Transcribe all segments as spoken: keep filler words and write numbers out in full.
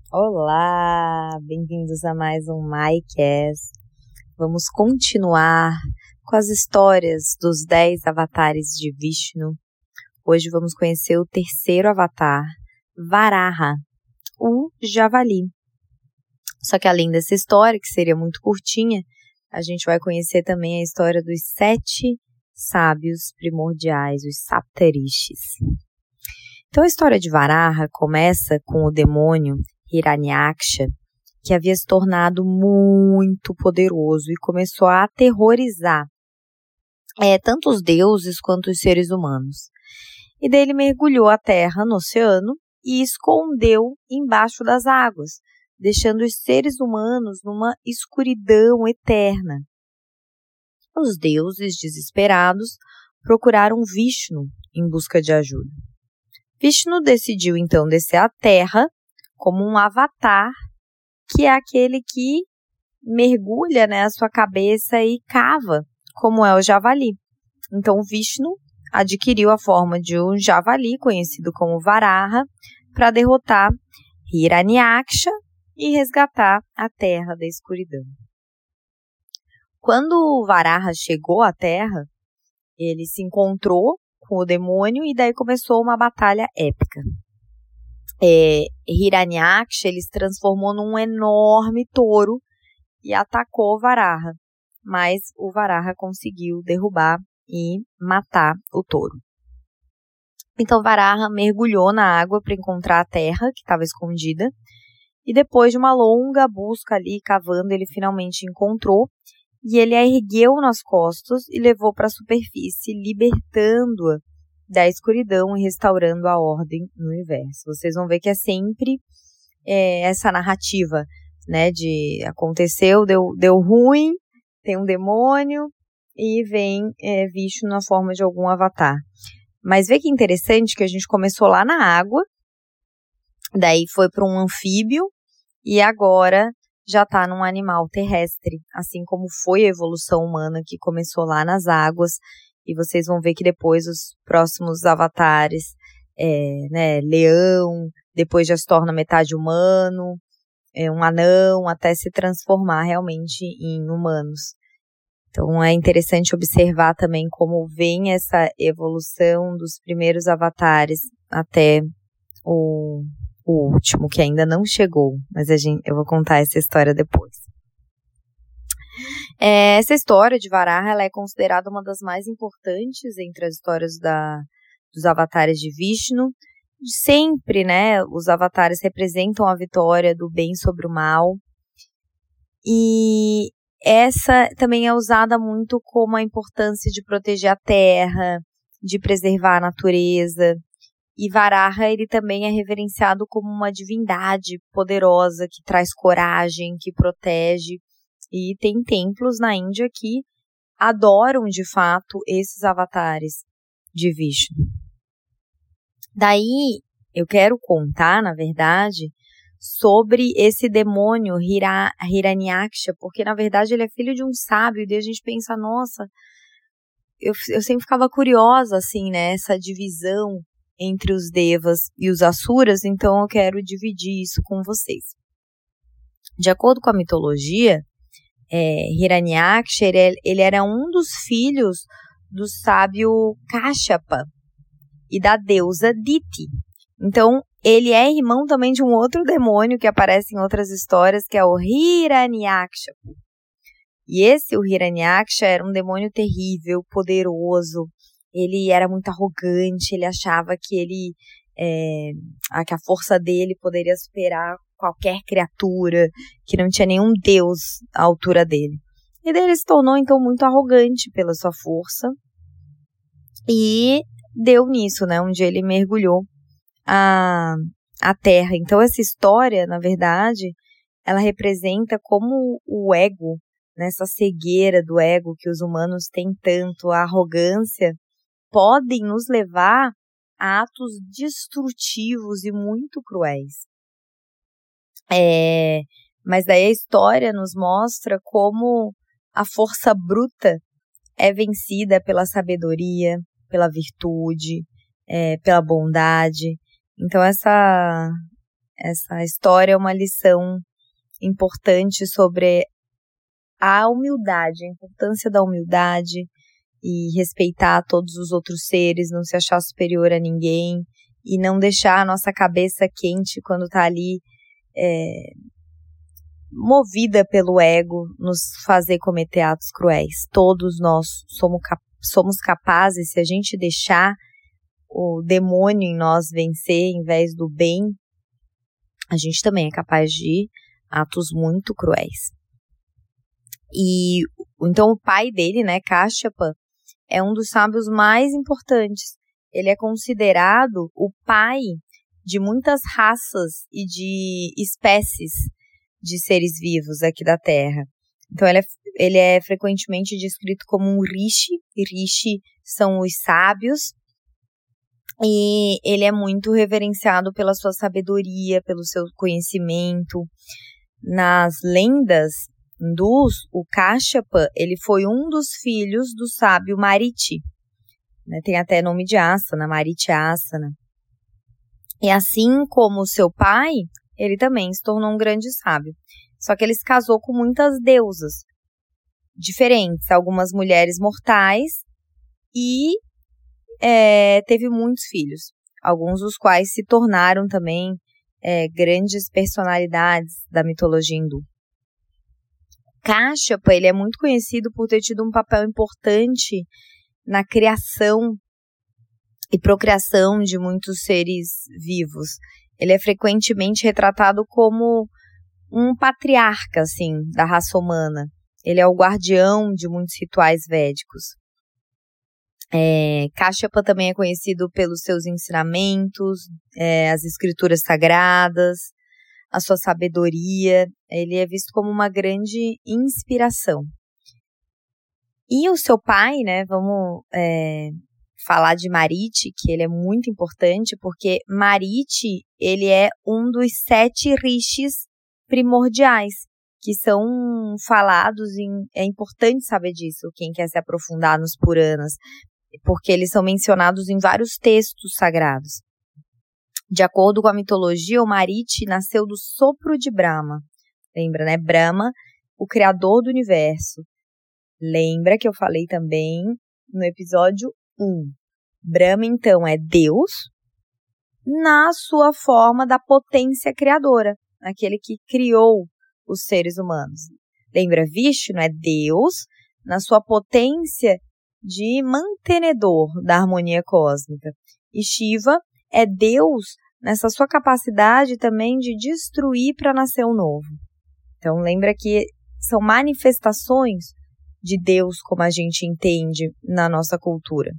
Olá, bem-vindos a mais um MyCast. Vamos continuar com as histórias dos dez avatares de Vishnu. Hoje vamos conhecer o terceiro avatar, Varaha, o javali. Só que além dessa história, que seria muito curtinha, a gente vai conhecer também a história dos sete sábios primordiais, os Saptarishis. Então a história de Varaha começa com o demônio Hiranyaksha, que havia se tornado muito poderoso e começou a aterrorizar é, tanto os deuses quanto os seres humanos. E daí ele mergulhou a terra no oceano e escondeu embaixo das águas, deixando os seres humanos numa escuridão eterna. Os deuses, desesperados, procuraram Vishnu em busca de ajuda. Vishnu decidiu então descer à terra como um avatar, que é aquele que mergulha, né, a sua cabeça e cava, como é o javali. Então Vishnu adquiriu a forma de um javali, conhecido como Varaha, para derrotar Hiranyaksha e resgatar a terra da escuridão. Quando Varaha chegou à terra, ele se encontrou com o demônio e daí começou uma batalha épica. É, Hiranyaksha ele se transformou num enorme touro e atacou Varaha, mas o Varaha conseguiu derrubar e matar o touro. Então Varaha mergulhou na água para encontrar a terra que estava escondida e depois de uma longa busca ali, cavando, ele finalmente encontrou e ele a ergueu nas costas e levou para a superfície, libertando-a da escuridão e restaurando a ordem no universo. Vocês vão ver que é sempre é, essa narrativa, né, de aconteceu, deu, deu ruim, tem um demônio e vem é, Vishnu na forma de algum avatar. Mas vê que interessante que a gente começou lá na água, daí foi para um anfíbio e agora já está num animal terrestre, assim como foi a evolução humana que começou lá nas águas. E vocês vão ver que depois os próximos avatares, é, né, leão, depois já se torna metade humano, é, um anão, até se transformar realmente em humanos. Então é interessante observar também como vem essa evolução dos primeiros avatares até o, o último, que ainda não chegou, mas a gente, eu vou contar essa história depois. É, essa história de Varaha ela é considerada uma das mais importantes entre as histórias da, dos avatares de Vishnu. Sempre, né, os avatares representam a vitória do bem sobre o mal. E essa também é usada muito como a importância de proteger a terra, de preservar a natureza. E Varaha ele também é reverenciado como uma divindade poderosa que traz coragem, que protege. E tem templos na Índia que adoram, de fato, esses avatares de Vishnu. Daí, eu quero contar, na verdade, sobre esse demônio Hira, Hiranyaksha, porque, na verdade, ele é filho de um sábio, e daí a gente pensa, nossa, eu, eu sempre ficava curiosa, assim, né, essa divisão entre os devas e os asuras, então eu quero dividir isso com vocês. De acordo com a mitologia, É, Hiranyaksha, ele, ele era um dos filhos do sábio Kashyapa e da deusa Diti. Então, ele é irmão também de um outro demônio que aparece em outras histórias, que é o Hiranyaksha. E esse, o Hiranyaksha, era um demônio terrível, poderoso. Ele era muito arrogante, ele achava que ele, é, que a força dele poderia superar qualquer criatura, que não tinha nenhum deus à altura dele. E daí ele se tornou, então, muito arrogante pela sua força. E deu nisso, né? Um dia ele mergulhou a, a terra. Então, essa história, na verdade, ela representa como o ego, nessa cegueira do ego que os humanos têm tanto, a arrogância, podem nos levar a atos destrutivos e muito cruéis. É, mas daí a história nos mostra como a força bruta é vencida pela sabedoria, pela virtude, é, pela bondade. Então essa, Essa história é uma lição importante sobre a humildade, a importância da humildade e respeitar todos os outros seres, não se achar superior a ninguém e não deixar a nossa cabeça quente quando está ali é, movida pelo ego, nos fazer cometer atos cruéis. Todos nós somos, cap- somos capazes, se a gente deixar o demônio em nós vencer em vez do bem, a gente também é capaz de atos muito cruéis. E então o pai dele, né, Kashyapa, é um dos sábios mais importantes. Ele é considerado o pai de muitas raças e de espécies de seres vivos aqui da Terra. Então ele é, ele é frequentemente descrito como um rishi. Rishi são os sábios. E ele é muito reverenciado pela sua sabedoria, pelo seu conhecimento. Nas lendas hindus, o Kashyapa, ele foi um dos filhos do sábio Mariti. Né? Tem até nome de asana, Mariti Asana. E assim como seu pai, ele também se tornou um grande sábio. Só que ele se casou com muitas deusas diferentes, algumas mulheres mortais, e é, teve muitos filhos, alguns dos quais se tornaram também é, grandes personalidades da mitologia hindu. Kashyapa, ele é muito conhecido por ter tido um papel importante na criação e procriação de muitos seres vivos. Ele é frequentemente retratado como um patriarca, assim, da raça humana. Ele é o guardião de muitos rituais védicos. É, Kashyapa também é conhecido pelos seus ensinamentos, é, as escrituras sagradas, a sua sabedoria. Ele é visto como uma grande inspiração. E o seu pai, né, vamos é, falar de Mariti, que ele é muito importante, porque Mariti, ele é um dos sete rishis primordiais, que são falados em... É importante saber disso, quem quer se aprofundar nos Puranas, porque eles são mencionados em vários textos sagrados. De acordo com a mitologia, o Mariti nasceu do sopro de Brahma. Lembra, né? Brahma, o criador do universo. Lembra que eu falei também no episódio um. Brahma, então, é Deus na sua forma da potência criadora, aquele que criou os seres humanos. Lembra, Vishnu é Deus na sua potência de mantenedor da harmonia cósmica. E Shiva é Deus nessa sua capacidade também de destruir para nascer um novo. Então, lembra que são manifestações de Deus como a gente entende na nossa cultura.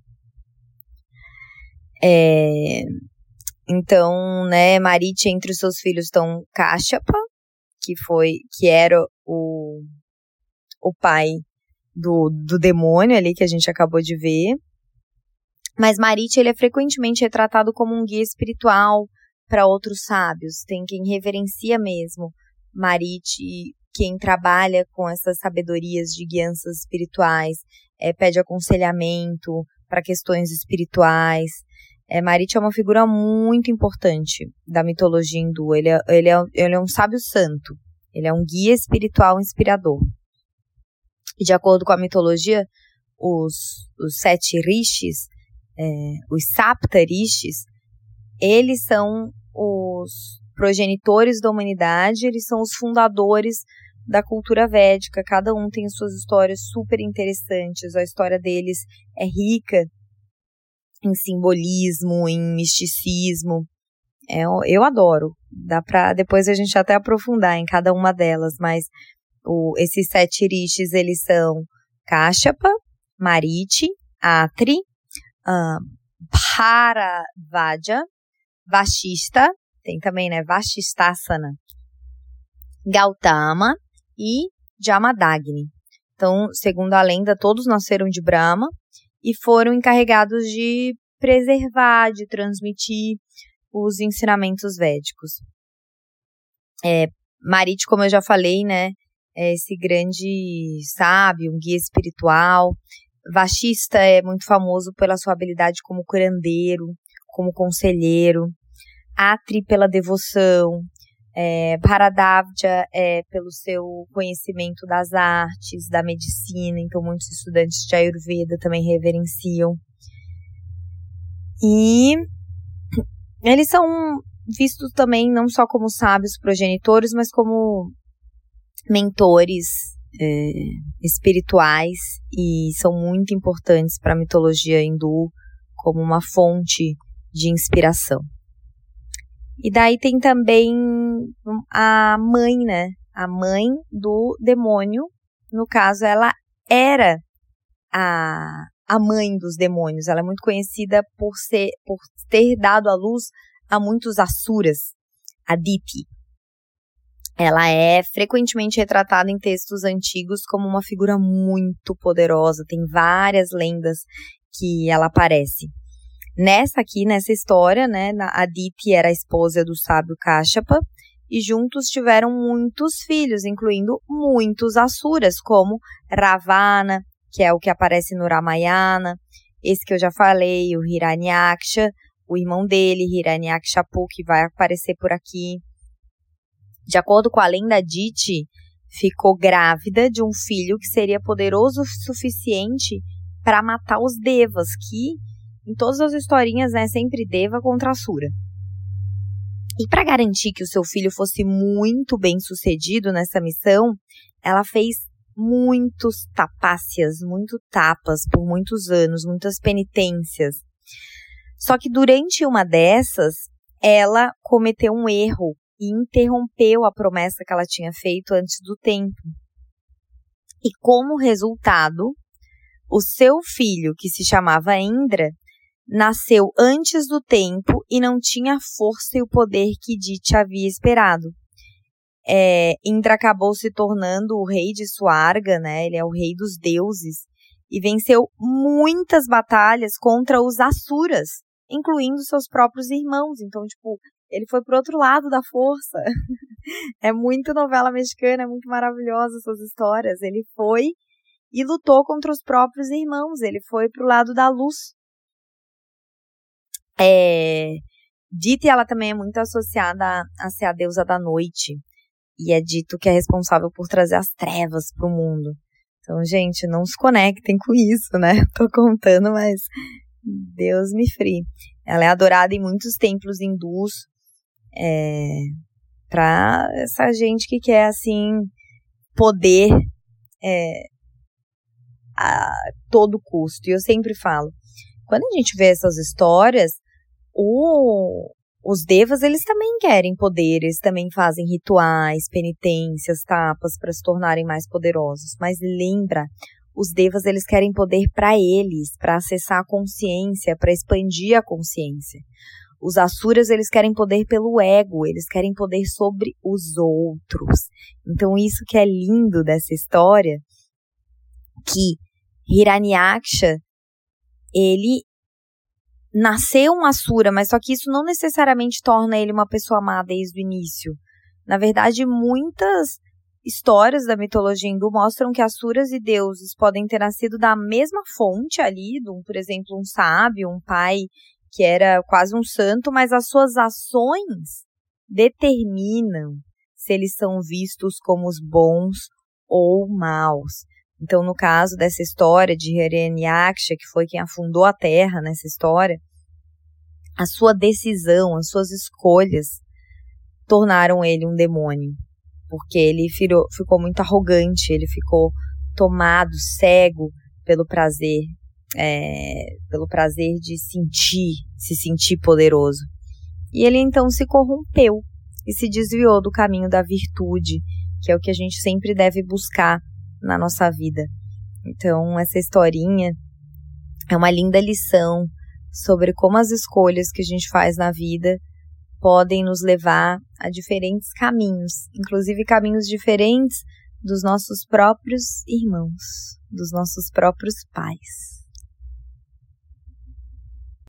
É, então, né, Mariti, entre os seus filhos estão Kashyapa, que, foi, que era o, o pai do, do demônio ali que a gente acabou de ver. Mas Mariti, ele é frequentemente retratado como um guia espiritual para outros sábios. Tem quem reverencia mesmo Mariti, quem trabalha com essas sabedorias de guianças espirituais, é, pede aconselhamento para questões espirituais. É, Mariti é uma figura muito importante da mitologia hindu. Ele é, ele, é, ele é um sábio santo. Ele é um guia espiritual inspirador. E de acordo com a mitologia, os, os sete rishis, é, os sapta rishis, eles são os progenitores da humanidade, eles são os fundadores da cultura védica. Cada um tem suas histórias super interessantes. A história deles é rica em simbolismo, em misticismo. É, eu adoro. Dá pra depois a gente até aprofundar em cada uma delas, mas o, esses sete rishis, eles são Kashyapa, Mariti, Atri, uh, Bharavaja, Vashishta, tem também, né, Vashistasana, Gautama e Jamadagni. Então, segundo a lenda, todos nasceram de Brahma e foram encarregados de preservar, de transmitir os ensinamentos védicos. É, Mariti, como eu já falei, né, é esse grande sábio, um guia espiritual. Vashista é muito famoso pela sua habilidade como curandeiro, como conselheiro. Atri pela devoção, é, Bharadvaja é pelo seu conhecimento das artes, da medicina, então muitos estudantes de Ayurveda também reverenciam. E eles são vistos também não só como sábios progenitores, mas como mentores é, espirituais, e são muito importantes para a mitologia hindu como uma fonte de inspiração. E daí tem também a mãe, né? A mãe do demônio. No caso, ela era a, a mãe dos demônios. Ela é muito conhecida por, ser, por ter dado à luz a muitos asuras, Aditi. Ela é frequentemente retratada em textos antigos como uma figura muito poderosa. Tem várias lendas que ela aparece. Nessa aqui, nessa história, né, a Aditi era a esposa do sábio Kashyapa e juntos tiveram muitos filhos, incluindo muitos asuras, como Ravana, que é o que aparece no Ramayana, esse que eu já falei, o Hiranyaksha, o irmão dele, Hiranyakshapu, que vai aparecer por aqui. De acordo com a lenda, Aditi ficou grávida de um filho que seria poderoso o suficiente para matar os devas, que em todas as historinhas é sempre Deva contra Asura. E para garantir que o seu filho fosse muito bem sucedido nessa missão, ela fez muitos tapácias, muito tapas por muitos anos, muitas penitências. Só que durante uma dessas, ela cometeu um erro e interrompeu a promessa que ela tinha feito antes do tempo. E como resultado, o seu filho, que se chamava Indra, nasceu antes do tempo e não tinha a força e o poder que Diti havia esperado. É, Indra acabou se tornando o rei de Swarga, né? Ele é o rei dos deuses, e venceu muitas batalhas contra os Asuras, incluindo seus próprios irmãos. Então, tipo, ele foi pro outro lado da força. É muito novela mexicana, é muito maravilhosa essas histórias. Ele foi e lutou contra os próprios irmãos, ele foi pro lado da luz. É, Diti, ela também é muito associada a, a ser a deusa da noite. E é dito que é responsável por trazer as trevas pro mundo. Então, gente, não se conectem com isso, né? Tô contando, mas Deus me free. Ela é adorada em muitos templos hindus. É, pra essa gente que quer, assim, poder é, a todo custo. E eu sempre falo, quando a gente vê essas histórias, o, os devas, eles também querem poder, eles também fazem rituais, penitências, tapas para se tornarem mais poderosos. Mas lembra, os devas, eles querem poder para eles, para acessar a consciência, para expandir a consciência. Os asuras, eles querem poder pelo ego, eles querem poder sobre os outros. Então, isso que é lindo dessa história, que Hiranyaksha, ele nasceu um asura, mas só que isso não necessariamente torna ele uma pessoa má desde o início. Na verdade, muitas histórias da mitologia hindu mostram que asuras e deuses podem ter nascido da mesma fonte ali, de um, por exemplo, um sábio, um pai que era quase um santo, mas as suas ações determinam se eles são vistos como os bons ou maus. Então, no caso dessa história de Hiranyaksha, que foi quem afundou a terra nessa história, a sua decisão, as suas escolhas tornaram ele um demônio. Porque ele virou, ficou muito arrogante, ele ficou tomado, cego pelo prazer, é, pelo prazer de sentir, se sentir poderoso. E ele então se corrompeu e se desviou do caminho da virtude, que é o que a gente sempre deve buscar na nossa vida. Então, essa historinha é uma linda lição sobre como as escolhas que a gente faz na vida podem nos levar a diferentes caminhos, inclusive caminhos diferentes dos nossos próprios irmãos, dos nossos próprios pais.